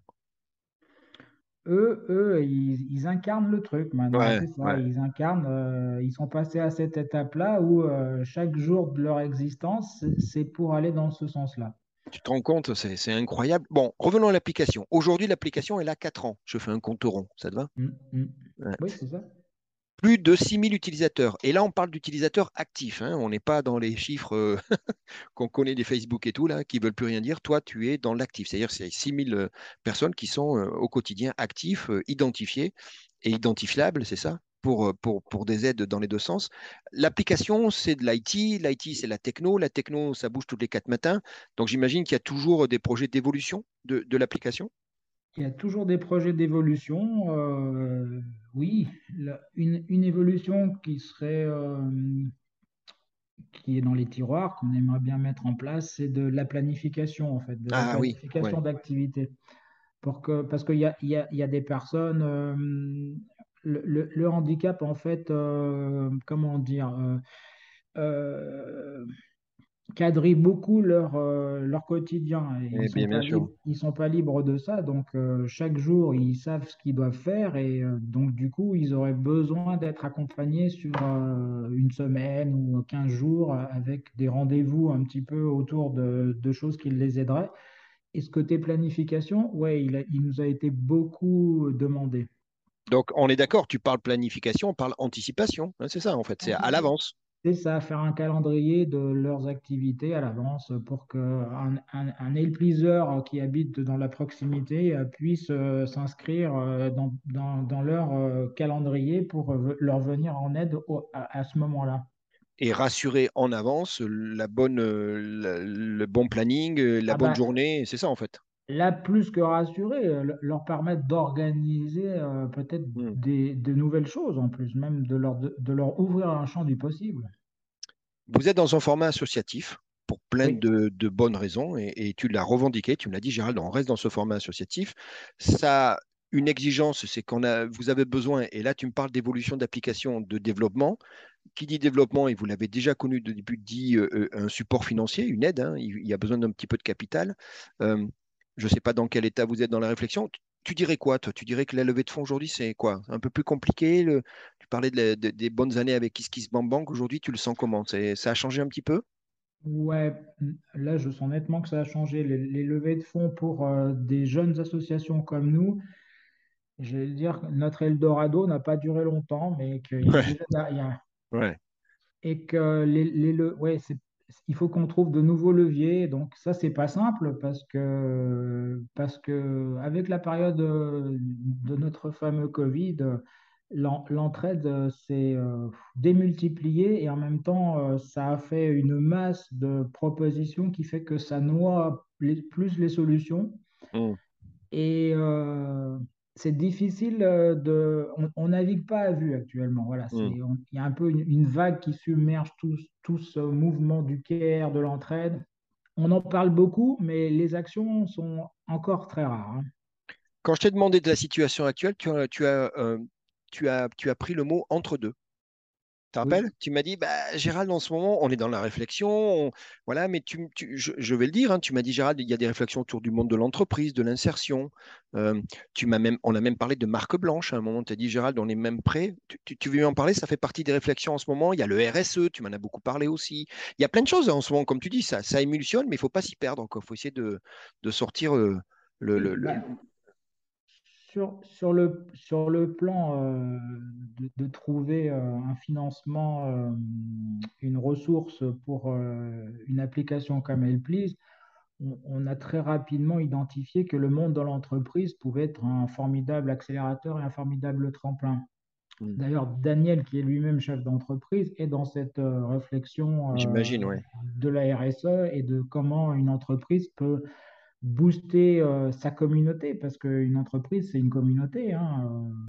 [SPEAKER 2] Eux, eux ils, ils incarnent le truc maintenant,
[SPEAKER 1] Ouais,
[SPEAKER 2] c'est ça.
[SPEAKER 1] ouais.
[SPEAKER 2] Ils incarnent, euh, ils sont passés à cette étape-là où euh, chaque jour de leur existence, c'est c'est pour aller dans ce sens-là.
[SPEAKER 1] Tu te rends compte, c'est c'est incroyable. Bon, revenons à l'application. Aujourd'hui, l'application, elle a quatre ans. Je fais un compte rond, ça te va?
[SPEAKER 2] Mm, mm.
[SPEAKER 1] Ouais.
[SPEAKER 2] Oui, c'est ça.
[SPEAKER 1] Plus de six mille utilisateurs. Et là, on parle d'utilisateurs actifs, hein. On n'est pas dans les chiffres euh, qu'on connaît des Facebook et tout, là, qui veulent plus rien dire. Toi, tu es dans l'actif. C'est-à-dire c'est six mille euh, personnes qui sont euh, au quotidien actifs, euh, identifiés et identifiables, c'est ça? Pour, euh, pour, pour des aides dans les deux sens. L'application, c'est de l'I T. L'I T, c'est la techno. La techno, ça bouge tous les quatre matins. Donc, j'imagine qu'il y a toujours des projets d'évolution de, de l'application.
[SPEAKER 2] Il y a toujours des projets d'évolution. Euh, oui, la- une, une évolution qui serait, euh, qui est dans les tiroirs, qu'on aimerait bien mettre en place, c'est de la planification, en fait, de la
[SPEAKER 1] Ah oui,
[SPEAKER 2] planification
[SPEAKER 1] ouais.
[SPEAKER 2] d'activités. Pour que, parce qu'il y a, il y a- il y a des personnes, euh, le, le- le handicap, en fait, euh, comment dire, euh, euh, quadrille beaucoup leur, euh, leur quotidien. Et ils
[SPEAKER 1] Eh
[SPEAKER 2] sont
[SPEAKER 1] bien, bien
[SPEAKER 2] pas
[SPEAKER 1] sûr.
[SPEAKER 2] libres, ils sont pas libres de ça. Donc, euh, chaque jour, ils savent ce qu'ils doivent faire. Et euh, donc, du coup, ils auraient besoin d'être accompagnés sur euh, une semaine ou quinze jours avec des rendez-vous un petit peu autour de, de choses qui les aideraient. Et ce côté planification, ouais, il a- il nous a été beaucoup demandé.
[SPEAKER 1] Donc, on est d'accord, tu parles planification, on parle anticipation, hein, c'est ça en fait, c'est à
[SPEAKER 2] Anticipe.
[SPEAKER 1] l'avance.
[SPEAKER 2] C'est ça, faire un calendrier de leurs activités à l'avance pour qu'un un, un nail pleaser qui habite dans la proximité euh, puisse euh, s'inscrire euh, dans, dans- dans leur euh, calendrier pour euh, leur venir en aide au- à, à ce moment-là.
[SPEAKER 1] Et rassurer en avance la bonne, euh, la- le bon planning, euh, la
[SPEAKER 2] Ah
[SPEAKER 1] bonne
[SPEAKER 2] bah,
[SPEAKER 1] journée, c'est ça en fait.
[SPEAKER 2] là, plus que rassurer, euh, le- leur permettre d'organiser euh, peut-être
[SPEAKER 1] Hmm.
[SPEAKER 2] des, de nouvelles choses en plus, même de leur, de, de leur ouvrir un champ du possible.
[SPEAKER 1] Vous êtes dans un format associatif pour plein
[SPEAKER 2] Oui.
[SPEAKER 1] de, de bonnes raisons et, et tu l'as revendiqué, tu me l'as dit, Gérald, on reste dans ce format associatif. Ça, une exigence, c'est qu'on a, vous avez besoin, et là tu me parles d'évolution d'application, de développement. Qui dit développement, et vous l'avez déjà connu de début, dit euh, euh, un support financier, une aide, hein, il, il y a besoin d'un petit peu de capital. Euh, je ne sais pas dans quel état vous êtes dans la réflexion. Tu, tu dirais quoi, toi? Tu dirais que la levée de fonds aujourd'hui, c'est quoi? Un peu plus compliqué? Le- tu parlais de la- de- des bonnes années avec KissKissBankBank. Aujourd'hui, tu le sens comment? C'est, ça a changé un petit peu?
[SPEAKER 2] Ouais, là, je sens nettement que ça a changé. Les, les levées de fonds pour euh, des jeunes associations comme nous, je vais dire que notre Eldorado n'a pas duré longtemps, mais qu'il y a
[SPEAKER 1] Ouais,
[SPEAKER 2] déjà, il y a-
[SPEAKER 1] ouais.
[SPEAKER 2] et que les, les le- ouais, c'est, il faut qu'on trouve de nouveaux leviers. Donc ça, c'est pas simple parce que parce que avec la période euh, de notre fameux Covid, euh, l'en- l'entraide euh, s'est euh, démultipliée et en même temps, euh, ça a fait une masse de propositions qui fait que ça noie les- plus les solutions.
[SPEAKER 1] Hmm,
[SPEAKER 2] Et euh, c'est difficile euh, de. On, on navigue pas à vue actuellement. Voilà,
[SPEAKER 1] hmm.
[SPEAKER 2] c'est, on- il y a un peu une, une vague qui submerge tout, tout ce mouvement du care, de l'entraide. On en parle beaucoup, mais les actions sont encore très rares, hein.
[SPEAKER 1] Quand je t'ai demandé de la situation actuelle, tu as, tu as, euh, tu as, tu as pris le mot entre deux. Tu te
[SPEAKER 2] Oui,
[SPEAKER 1] rappelles? Tu m'as dit, bah, Gérald, en ce moment, on est dans la réflexion. on- Voilà, mais tu, tu- je, je vais le dire, hein, tu m'as dit, Gérald, il y a des réflexions autour du monde de l'entreprise, de l'insertion. Euh, tu m'as même, on a même parlé de marque blanche à un moment. Tu as dit, Gérald, on est même prêt. Tu, tu, tu veux en parler? Ça fait partie des réflexions en ce moment. Il y a le R S E, tu m'en as beaucoup parlé aussi. Il y a plein de choses hein, en ce moment, comme tu dis, ça, ça émulsionne, mais il ne faut pas s'y perdre. Il faut essayer de, de sortir euh, le,
[SPEAKER 2] oui,
[SPEAKER 1] le- le-
[SPEAKER 2] bah, sur, sur le, sur le plan euh, de, de trouver euh, un financement, euh, une ressource pour euh, une application comme Helplease, on, on a très rapidement identifié que le monde de l'entreprise pouvait être un formidable accélérateur et un formidable tremplin.
[SPEAKER 1] Hmm.
[SPEAKER 2] D'ailleurs, Daniel, qui est lui-même chef d'entreprise, est dans cette euh, réflexion euh,
[SPEAKER 1] J'imagine, ouais.
[SPEAKER 2] de la R S E et de comment une entreprise peut booster euh, sa communauté, parce qu'une entreprise, c'est une communauté, hein.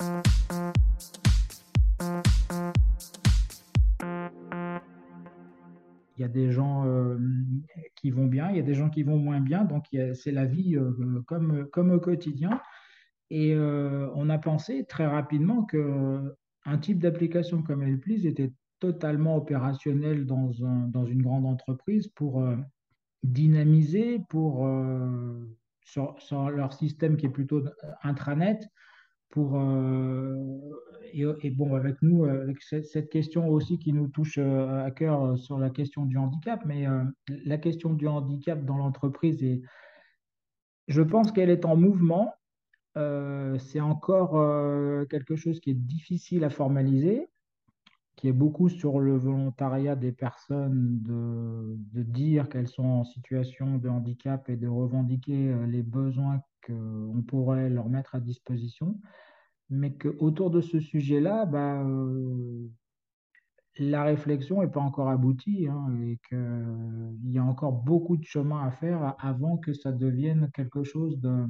[SPEAKER 2] Il y a des gens euh, qui vont bien, il y a des gens qui vont moins bien, donc il y a- c'est la vie euh, comme, comme au quotidien. Et euh, on a pensé très rapidement que un type d'application comme Helplease était totalement opérationnel dans un- dans une grande entreprise pour euh, dynamiser, pour euh, sur, sur leur système qui est plutôt intranet, pour euh, et, et bon avec nous euh, avec cette, cette question aussi qui nous touche euh, à cœur euh, sur la question du handicap, mais euh, la question du handicap dans l'entreprise est, je pense qu'elle est en mouvement. Euh, c'est encore euh, quelque chose qui est difficile à formaliser, qui est beaucoup sur le volontariat des personnes de, de dire qu'elles sont en situation de handicap et de revendiquer euh, les besoins qu'on pourrait leur mettre à disposition, mais qu'autour de ce sujet-là, bah, euh, la réflexion n'est pas encore aboutie, hein, et qu'il y a encore beaucoup de chemin à faire avant que ça devienne quelque chose de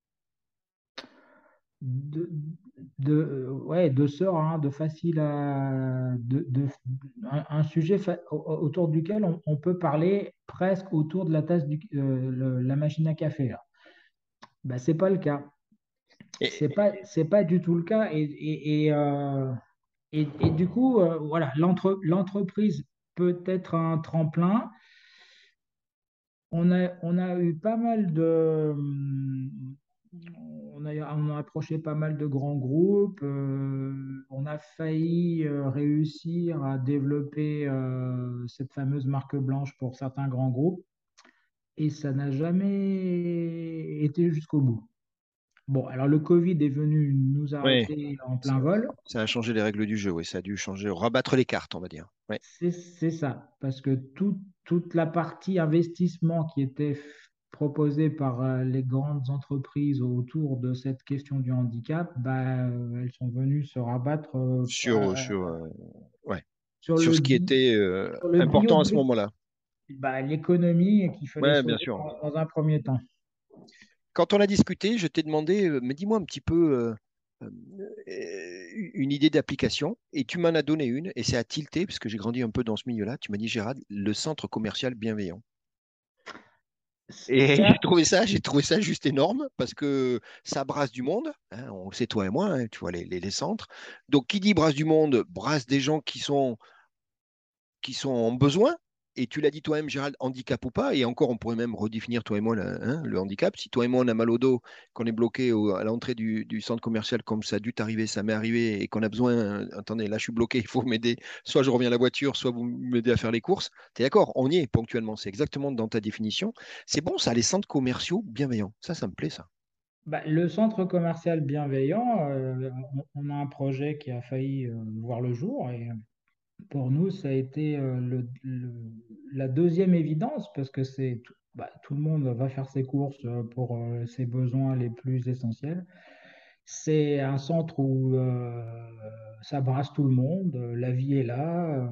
[SPEAKER 2] de, de, euh, ouais, de serein, de facile à, de, de- un, un sujet fa- au- autour duquel on, on peut parler presque autour de la tasse du, euh, le- la machine à café, là. Ben, c'est pas le cas. C'est
[SPEAKER 1] Et,
[SPEAKER 2] pas, c'est pas du tout le cas. Et, et, et, euh, et- et du coup, euh, voilà, l'entre- l'entreprise peut être un tremplin. On a, on a eu pas mal de, hum, on a, on a approché pas mal de grands groupes. Euh, on a failli euh, réussir à développer euh, cette fameuse marque blanche pour certains grands groupes et ça n'a jamais été jusqu'au bout. Bon, alors le Covid est venu nous
[SPEAKER 1] ouais,
[SPEAKER 2] arrêter en
[SPEAKER 1] ça,
[SPEAKER 2] plein vol.
[SPEAKER 1] ça a changé les règles du jeu, oui, ça a dû changer, rabattre les cartes, on va dire. Ouais.
[SPEAKER 2] C'est c'est ça, parce que tout- toute la partie investissement qui était f- proposée par euh, les grandes entreprises autour de cette question du handicap, bah, euh, elles sont venues se rabattre euh,
[SPEAKER 1] Sur,
[SPEAKER 2] à-
[SPEAKER 1] sur, euh, ouais,
[SPEAKER 2] sur
[SPEAKER 1] sur
[SPEAKER 2] le,
[SPEAKER 1] ce qui
[SPEAKER 2] bi-
[SPEAKER 1] était euh,
[SPEAKER 2] sur le bio,
[SPEAKER 1] important à ce moment-là.
[SPEAKER 2] bah, l'économie qu'il fallait
[SPEAKER 1] Ouais, bien
[SPEAKER 2] sauver
[SPEAKER 1] sûr.
[SPEAKER 2] dans, dans un premier temps.
[SPEAKER 1] Quand on a discuté, je t'ai demandé, euh, mais dis-moi un petit peu euh, euh, euh, une idée d'application, et tu m'en as donné une, et c'est à tilter, parce que j'ai grandi un peu dans ce milieu-là. Tu m'as dit, Gérald, le centre commercial bienveillant. Et
[SPEAKER 2] Ça,
[SPEAKER 1] j'ai trouvé ça, j'ai trouvé ça juste énorme, parce que ça brasse du monde, hein, on le sait toi et moi, hein, tu vois les, les, les centres. Donc, qui dit brasse du monde, brasse des gens qui sont qui sont en besoin. Et tu l'as dit toi-même, Gérald, handicap ou pas. Et encore, on pourrait même redéfinir, toi et moi, la- hein, le handicap. Si toi et moi, on a mal au dos, qu'on est bloqué au- à l'entrée du, du centre commercial, comme ça a dû t'arriver, ça m'est arrivé, et qu'on a besoin, euh, attendez, là, je suis bloqué, il faut m'aider. Soit je reviens à la voiture, soit vous m'aidez à faire les courses. Tu es d'accord? On y est ponctuellement. C'est exactement dans ta définition. C'est bon, ça, les centres commerciaux bienveillants. Ça, ça me plaît, ça.
[SPEAKER 2] bah, le centre commercial bienveillant, euh, on, on a un projet qui a failli euh, voir le jour et pour nous, ça a été euh, le- le- la deuxième évidence parce que c'est tout, bah, tout le monde va faire ses courses euh, pour euh, ses besoins les plus essentiels. C'est un centre où euh, ça brasse tout le monde, euh, la vie est là. euh,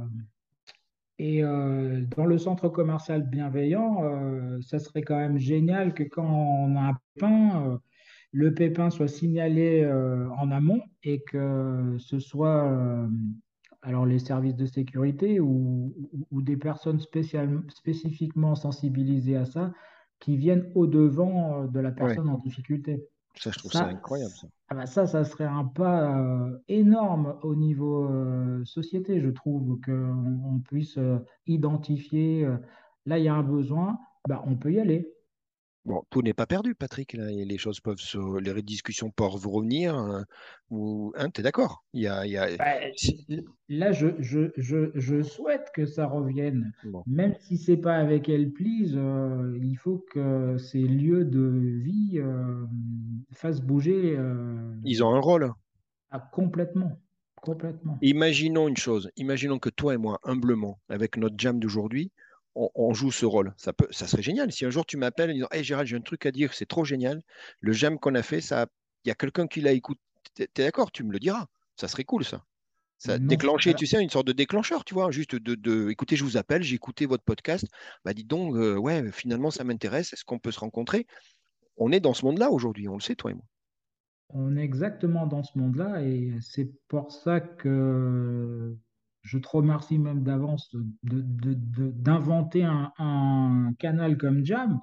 [SPEAKER 2] et euh, dans le centre commercial bienveillant, euh, ça serait quand même génial que quand on a un pépin, euh, le pépin soit signalé euh, en amont et que ce soit euh, alors les services de sécurité ou, ou- ou des personnes spécial- spécifiquement sensibilisées à ça qui viennent au-devant euh, de la
[SPEAKER 1] Ouais,
[SPEAKER 2] personne en difficulté.
[SPEAKER 1] ça, je trouve ça
[SPEAKER 2] Ça,
[SPEAKER 1] incroyable, ça.
[SPEAKER 2] ah bah ça, ça serait un pas euh, énorme au niveau euh, société, je trouve, qu'on on puisse euh, identifier, euh, là, il y a un besoin, bah, on peut y aller.
[SPEAKER 1] Bon, tout n'est pas perdu, Patrick. Là, et les choses peuvent se, les discussions peuvent revenir. Hein, ou, hein, t'es d'accord? Il y a, il y a,
[SPEAKER 2] Bah,
[SPEAKER 1] si-
[SPEAKER 2] là, je, je, je, je souhaite que ça revienne,
[SPEAKER 1] bon,
[SPEAKER 2] même si c'est pas avec elle, please, euh, il faut que ces lieux de vie euh, fassent bouger euh,
[SPEAKER 1] ils ont un rôle.
[SPEAKER 2] ah, complètement, complètement.
[SPEAKER 1] Imaginons une chose. Imaginons que toi et moi, humblement, avec notre jam d'aujourd'hui, on, on joue ce rôle. Ça peut, ça serait génial. Si un jour tu m'appelles en disant, Hey Gérald, j'ai un truc à dire, c'est trop génial. Le jam qu'on a fait, ça, il y a quelqu'un qui l'a écouté. T'es t'es d'accord? Tu me le diras. Ça serait cool, ça. Ça
[SPEAKER 2] Non,
[SPEAKER 1] déclencher,
[SPEAKER 2] alors,
[SPEAKER 1] tu sais, une sorte de déclencheur, tu vois, juste de, de écoutez, je vous appelle, j'ai écouté votre podcast, bah dites donc, euh, ouais, finalement, ça m'intéresse, est-ce qu'on peut se rencontrer? on est dans ce monde-là aujourd'hui, on le sait, toi et moi.
[SPEAKER 2] On est exactement dans ce monde-là et c'est pour ça que je te remercie même d'avance de- de- de- d'inventer un, un canal comme Jam.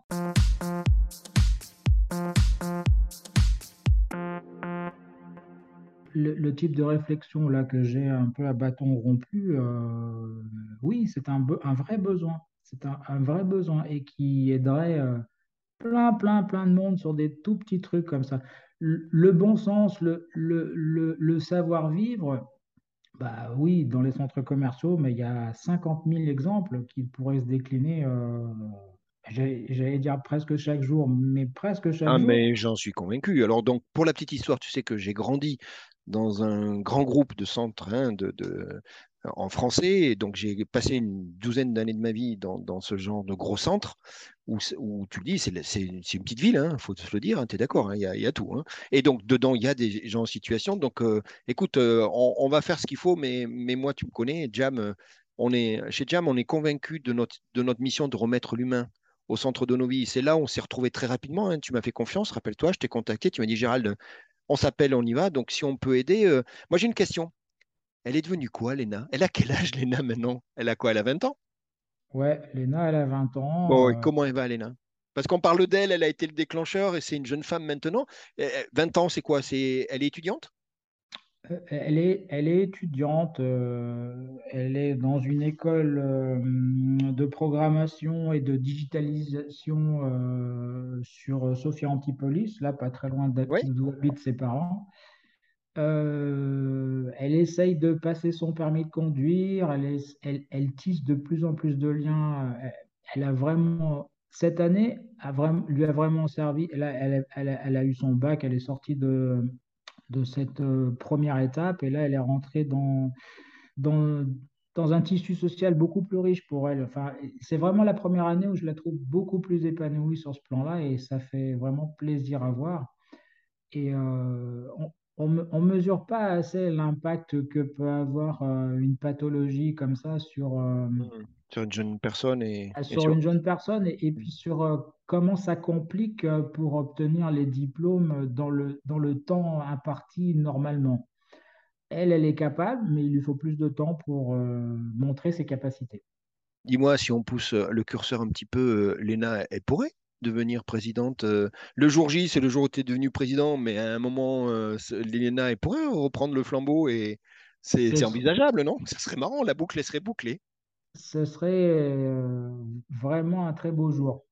[SPEAKER 2] Le, le type de réflexion là que j'ai un peu à bâton rompu, euh, oui, c'est un, be- un vrai besoin. C'est un, un vrai besoin et qui aiderait euh, plein, plein, plein de monde sur des tout petits trucs comme ça. Le, le bon sens, le, le, le, le savoir-vivre. Bah oui, dans les centres commerciaux, mais il y a cinquante mille exemples qui pourraient se décliner, euh, j'allais j'allais dire presque chaque jour, mais presque chaque
[SPEAKER 1] Ah,
[SPEAKER 2] jour.
[SPEAKER 1] mais j'en suis convaincu. Alors, donc, pour la petite histoire, tu sais que j'ai grandi dans un grand groupe de centres hein, de, de- en français. Et donc, j'ai passé une douzaine d'années de ma vie dans, dans ce genre de gros centre où, c'est- où tu le dis, c'est le- c'est une c'est une petite ville, il faut se le dire, tu es d'accord, hein, il y a, il y a tout. Hein. Et donc, dedans, il y a des gens en situation. Donc, euh, écoute, euh, on, on va faire ce qu'il faut, mais, mais moi, tu me connais, Jam, euh, on est, chez Jam, on est convaincu de notre, de notre mission de remettre l'humain au centre de nos vies. C'est là où on s'est retrouvé très rapidement. Hein. Tu m'as fait confiance, rappelle-toi, je t'ai contacté, tu m'as dit Gérald, on s'appelle, on y va. Donc si on peut aider. euh, Moi j'ai une question. Elle est devenue quoi, Léna? Elle a quel âge, Léna, maintenant? Elle a quoi? Elle a vingt ans?
[SPEAKER 2] Ouais, Léna, elle a vingt ans.
[SPEAKER 1] Bon, et
[SPEAKER 2] euh,
[SPEAKER 1] comment elle va, Léna? Parce qu'on parle d'elle, elle a été le déclencheur et c'est une jeune femme maintenant. Euh, vingt ans, c'est quoi? C'est... Elle est étudiante?
[SPEAKER 2] Euh, Elle est, elle est étudiante, euh, elle est dans une école euh, de programmation et de digitalisation euh, sur Sophia Antipolis, là pas très loin d'ha-
[SPEAKER 1] Oui.
[SPEAKER 2] d'où habitent ses parents. Euh, elle essaye de passer son permis de conduire, elle, est- elle, elle tisse de plus en plus de liens. Elle, elle a vraiment, cette année, a vraiment, lui a vraiment servi. Elle a, elle a- elle a- elle a eu son bac, elle est sortie de de cette euh, première étape. Et là, elle est rentrée dans, dans, dans un tissu social beaucoup plus riche pour elle. Enfin, c'est vraiment la première année où je la trouve beaucoup plus épanouie sur ce plan-là et ça fait vraiment plaisir à voir. Et euh, on ne mesure pas assez l'impact que peut avoir euh, une pathologie comme ça sur, euh,
[SPEAKER 1] Mhm. Sur une jeune personne et, et
[SPEAKER 2] sur
[SPEAKER 1] sur...
[SPEAKER 2] une jeune personne et, et puis sur euh, comment ça complique euh, pour obtenir les diplômes dans le, dans le temps imparti normalement. Elle, elle est capable, mais il lui faut plus de temps pour euh, montrer ses capacités.
[SPEAKER 1] Dis-moi, si on pousse euh, le curseur un petit peu, euh, Léna, elle pourrait devenir présidente. euh, Le jour J, c'est le jour où tu es devenu président, mais à un moment, euh, c'est- Léna, elle pourrait reprendre le flambeau et c'est
[SPEAKER 2] Ce,
[SPEAKER 1] c'est
[SPEAKER 2] ser-
[SPEAKER 1] envisageable, non? Ça serait marrant, la boucle, elle serait bouclée.
[SPEAKER 2] Ce serait euh, vraiment un très beau jour.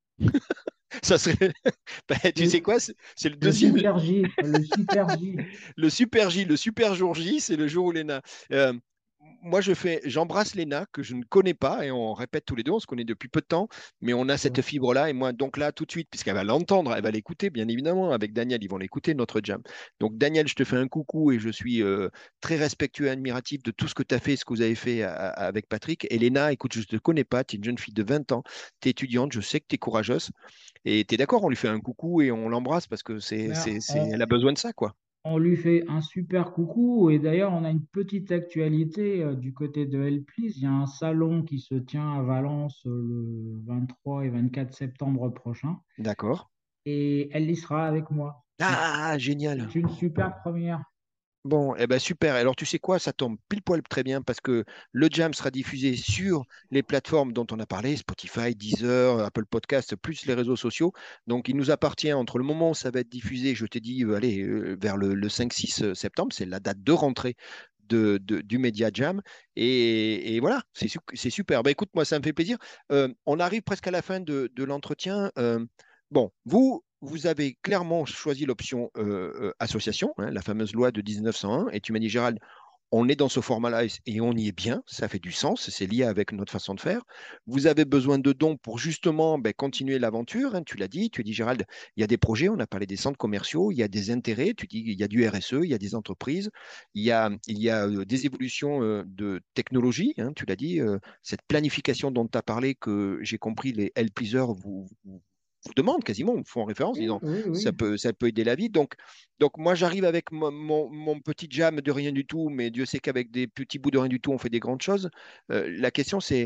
[SPEAKER 1] Ça serait, Ben, tu sais
[SPEAKER 2] Le,
[SPEAKER 1] quoi, c'est c'est le
[SPEAKER 2] le
[SPEAKER 1] deuxième,
[SPEAKER 2] Super J, le Super J.
[SPEAKER 1] le super J, le super jour J, c'est le jour où Léna. Euh, Moi, je fais, j'embrasse Léna, que je ne connais pas, et on répète tous les deux, on se connaît depuis peu de temps, mais on a cette fibre-là, et moi, donc là, tout de suite, puisqu'elle va l'entendre, elle va l'écouter, bien évidemment, avec Daniel, ils vont l'écouter, notre jam. Donc, Daniel, je te fais un coucou, et je suis euh, très respectueux et admiratif de tout ce que tu as fait, ce que vous avez fait à- à- avec Patrick. Et Léna, écoute, je ne te connais pas, tu es une jeune fille de vingt ans, tu es étudiante, je sais que tu es courageuse, et tu es d'accord, on lui fait un coucou et on l'embrasse, parce que c'est,
[SPEAKER 2] Ben,
[SPEAKER 1] c'est, c'est,
[SPEAKER 2] on,
[SPEAKER 1] elle a besoin de ça, quoi.
[SPEAKER 2] on lui fait un super coucou et d'ailleurs on a une petite actualité euh, du côté de Helplis. Il y a un salon qui se tient à Valence euh, le vingt-trois et vingt-quatre septembre prochain
[SPEAKER 1] D'accord.
[SPEAKER 2] et elle y sera avec moi. Donc
[SPEAKER 1] Ah, génial.
[SPEAKER 2] c'est une super première.
[SPEAKER 1] Bon, eh ben super. Alors tu sais quoi, ça tombe pile poil très bien parce que le Jam sera diffusé sur les plateformes dont on a parlé, Spotify, Deezer, Apple Podcast, plus les réseaux sociaux. Donc il nous appartient entre le moment où ça va être diffusé, je t'ai dit, euh, allez, euh, vers le, le cinq six septembre, c'est la date de rentrée de, de- du Media Jam. Et, et voilà, c'est su- c'est super. Ben, écoute, moi, ça me fait plaisir. Euh, on arrive presque à la fin de, de l'entretien. Euh, bon, vous, vous avez clairement choisi l'option euh, euh, association, hein, la fameuse loi de mille neuf cent un, et tu m'as dit, Gérald, on est dans ce format-là et et on y est bien, ça fait du sens, c'est lié avec notre façon de faire. Vous avez besoin de dons pour justement ben, continuer l'aventure, hein, tu l'as dit, tu as dit, Gérald, il y a des projets, on a parlé des centres commerciaux, il y a des intérêts, tu dis, il y a du R S E, il y a des entreprises, il y a, il y a euh, des évolutions euh, de technologie, hein, tu l'as dit, euh, cette planification dont tu as parlé, que j'ai compris, les L-pleasers vous, vous, vous demandent quasiment, vous font référence,
[SPEAKER 2] Oui,
[SPEAKER 1] disant,
[SPEAKER 2] oui,
[SPEAKER 1] ça
[SPEAKER 2] oui.
[SPEAKER 1] peut, ça peut aider la vie. Donc, donc moi, j'arrive avec mon, mon- mon petit jam de rien du tout, mais Dieu sait qu'avec des petits bouts de rien du tout, on fait des grandes choses. Euh, la question, c'est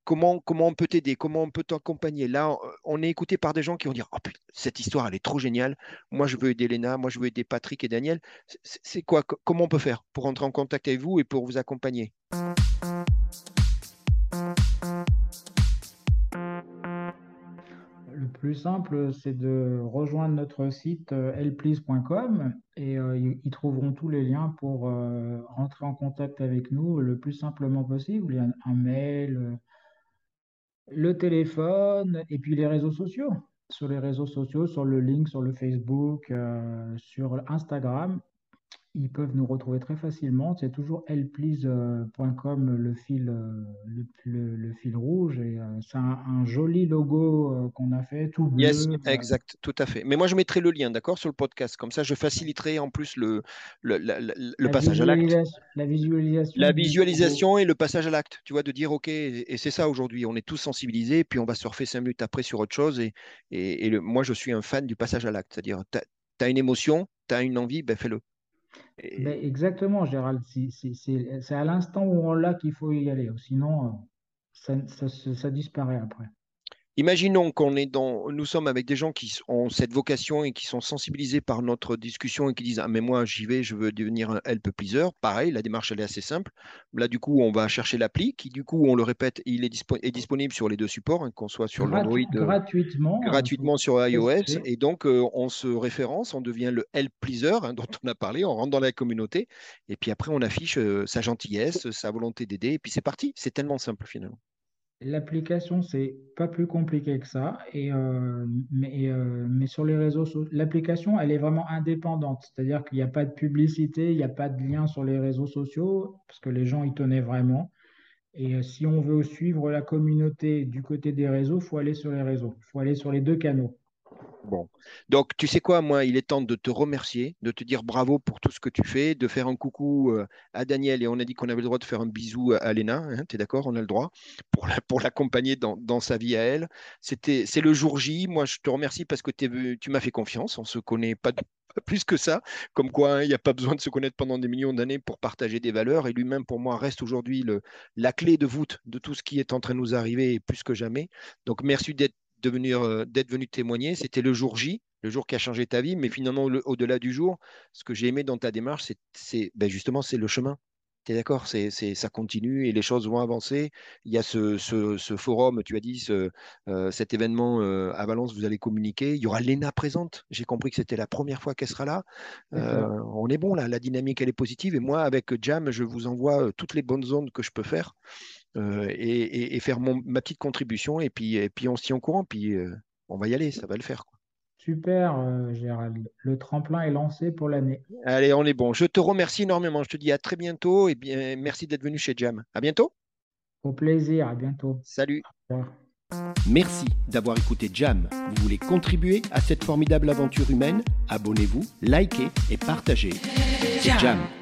[SPEAKER 1] comment, comment on peut t'aider, comment on peut t'accompagner. Là, on on est écouté par des gens qui vont dire, oh, putain, cette histoire, elle est trop géniale. Moi, je veux aider Léna, moi, je veux aider Patrick et Daniel. C'est c'est quoi, co- comment on peut faire pour entrer en contact avec vous et pour vous accompagner?
[SPEAKER 2] Le plus simple, c'est de rejoindre notre site euh, helplease point com et euh, ils, ils trouveront tous les liens pour euh, rentrer en contact avec nous le plus simplement possible. Il y a un, un mail, euh, le téléphone et puis les réseaux sociaux. Sur les réseaux sociaux, sur le link, sur le Facebook, euh, sur Instagram, ils peuvent nous retrouver très facilement. C'est toujours helplease point com le fil, euh, le, le- le fil rouge. Et euh, c'est un, un joli logo euh, qu'on a fait, tout
[SPEAKER 1] Yes,
[SPEAKER 2] bleu. euh,
[SPEAKER 1] exact, tout à fait. Mais moi, je mettrai le lien, d'accord, sur le podcast. Comme ça, je faciliterai en plus le, le, la- la- le
[SPEAKER 2] La
[SPEAKER 1] passage à l'acte.
[SPEAKER 2] visualisation, la visualisation
[SPEAKER 1] La
[SPEAKER 2] du logo.
[SPEAKER 1] visualisation et le passage à l'acte, tu vois, de dire, OK, et et c'est ça aujourd'hui, on est tous sensibilisés, puis on va surfer cinq minutes après sur autre chose. Et, et, et le- moi, je suis un fan du passage à l'acte, c'est-à-dire, tu as une émotion, tu as une envie, ben fais-le.
[SPEAKER 2] Ben,
[SPEAKER 1] Et
[SPEAKER 2] exactement, Gérald. Si- si- C'est c'est à l'instant où on l'a qu'il faut y aller. Sinon, euh, ça, ça, ça- ça disparaît après.
[SPEAKER 1] imaginons qu'on est dans, nous sommes avec des gens qui ont cette vocation et qui sont sensibilisés par notre discussion et qui disent, ah, mais moi, j'y vais, je veux devenir un help pleaser. Pareil, la démarche, elle est assez simple. Là, du coup, on va chercher l'appli qui, du coup, on le répète, il est, dispo- est disponible sur les deux supports, hein, qu'on soit sur l'Android
[SPEAKER 2] Gratu- gratuitement, euh, faut
[SPEAKER 1] gratuitement sur iOS.
[SPEAKER 2] tester.
[SPEAKER 1] Et donc, euh, on se référence, on devient le help pleaser hein, dont on a parlé, on rentre dans la communauté. Et puis après, on affiche euh, sa gentillesse, sa volonté d'aider. Et puis c'est parti. C'est tellement simple finalement.
[SPEAKER 2] L'application, c'est pas plus compliqué que ça. Et, euh, mais, euh, mais sur les réseaux sociaux, l'application, elle est vraiment indépendante. C'est-à-dire qu'il n'y a pas de publicité, il n'y a pas de lien sur les réseaux sociaux, parce que les gens y tenaient vraiment. Et euh, si on veut suivre la communauté du côté des réseaux, il faut aller sur les réseaux. Il faut aller sur les deux canaux.
[SPEAKER 1] Bon. Donc, tu sais quoi, moi, il est temps de te remercier, de te dire bravo pour tout ce que tu fais, de faire un coucou euh, à Daniel. Et on a dit qu'on avait le droit de faire un bisou à, à Léna. Hein, tu es d'accord? On a le droit pour la- pour l'accompagner dans, dans sa vie à elle. C'était, c'est le jour J. Moi, je te remercie parce que t'es venu- tu m'as fait confiance. On se connaît pas, pas plus que ça. Comme quoi, hein, il n'y a pas besoin de se connaître pendant des millions d'années pour partager des valeurs. Et lui-même, pour moi, reste aujourd'hui le, la clé de voûte de tout ce qui est en train de nous arriver et plus que jamais. Donc, merci d'être de venir, euh, d'être venu témoigner. C'était le jour J, le jour qui a changé ta vie, mais finalement, le- au-delà du jour, ce que j'ai aimé dans ta démarche, c'est, c'est ben justement, c'est le chemin. Tu es d'accord, c'est, c'est, ça continue et les choses vont avancer. Il y a ce, ce, ce forum, tu as dit, ce, euh, cet événement euh, à Valence, vous allez communiquer. Il y aura Léna présente. J'ai compris que c'était la première fois qu'elle sera là.
[SPEAKER 2] C'est
[SPEAKER 1] Euh,
[SPEAKER 2] ça.
[SPEAKER 1] on est bon là, la dynamique, elle est positive. Et moi, avec Jam, je vous envoie euh, toutes les bonnes zones que je peux faire euh, et, et- et faire mon- ma petite contribution. Et puis, et puis on se tient au courant. Puis euh, on va y aller, ça va le faire, quoi.
[SPEAKER 2] Super, euh, Gérald. Le tremplin est lancé pour l'année.
[SPEAKER 1] Allez, on est bon. Je te remercie énormément. Je te dis à très bientôt et bien merci d'être venu chez Jam. À bientôt.
[SPEAKER 2] Au plaisir, à bientôt.
[SPEAKER 1] Salut.
[SPEAKER 2] Au revoir.
[SPEAKER 3] Merci d'avoir écouté Jam. Vous voulez contribuer à cette formidable aventure humaine? Abonnez-vous, likez et partagez. C'est Jam.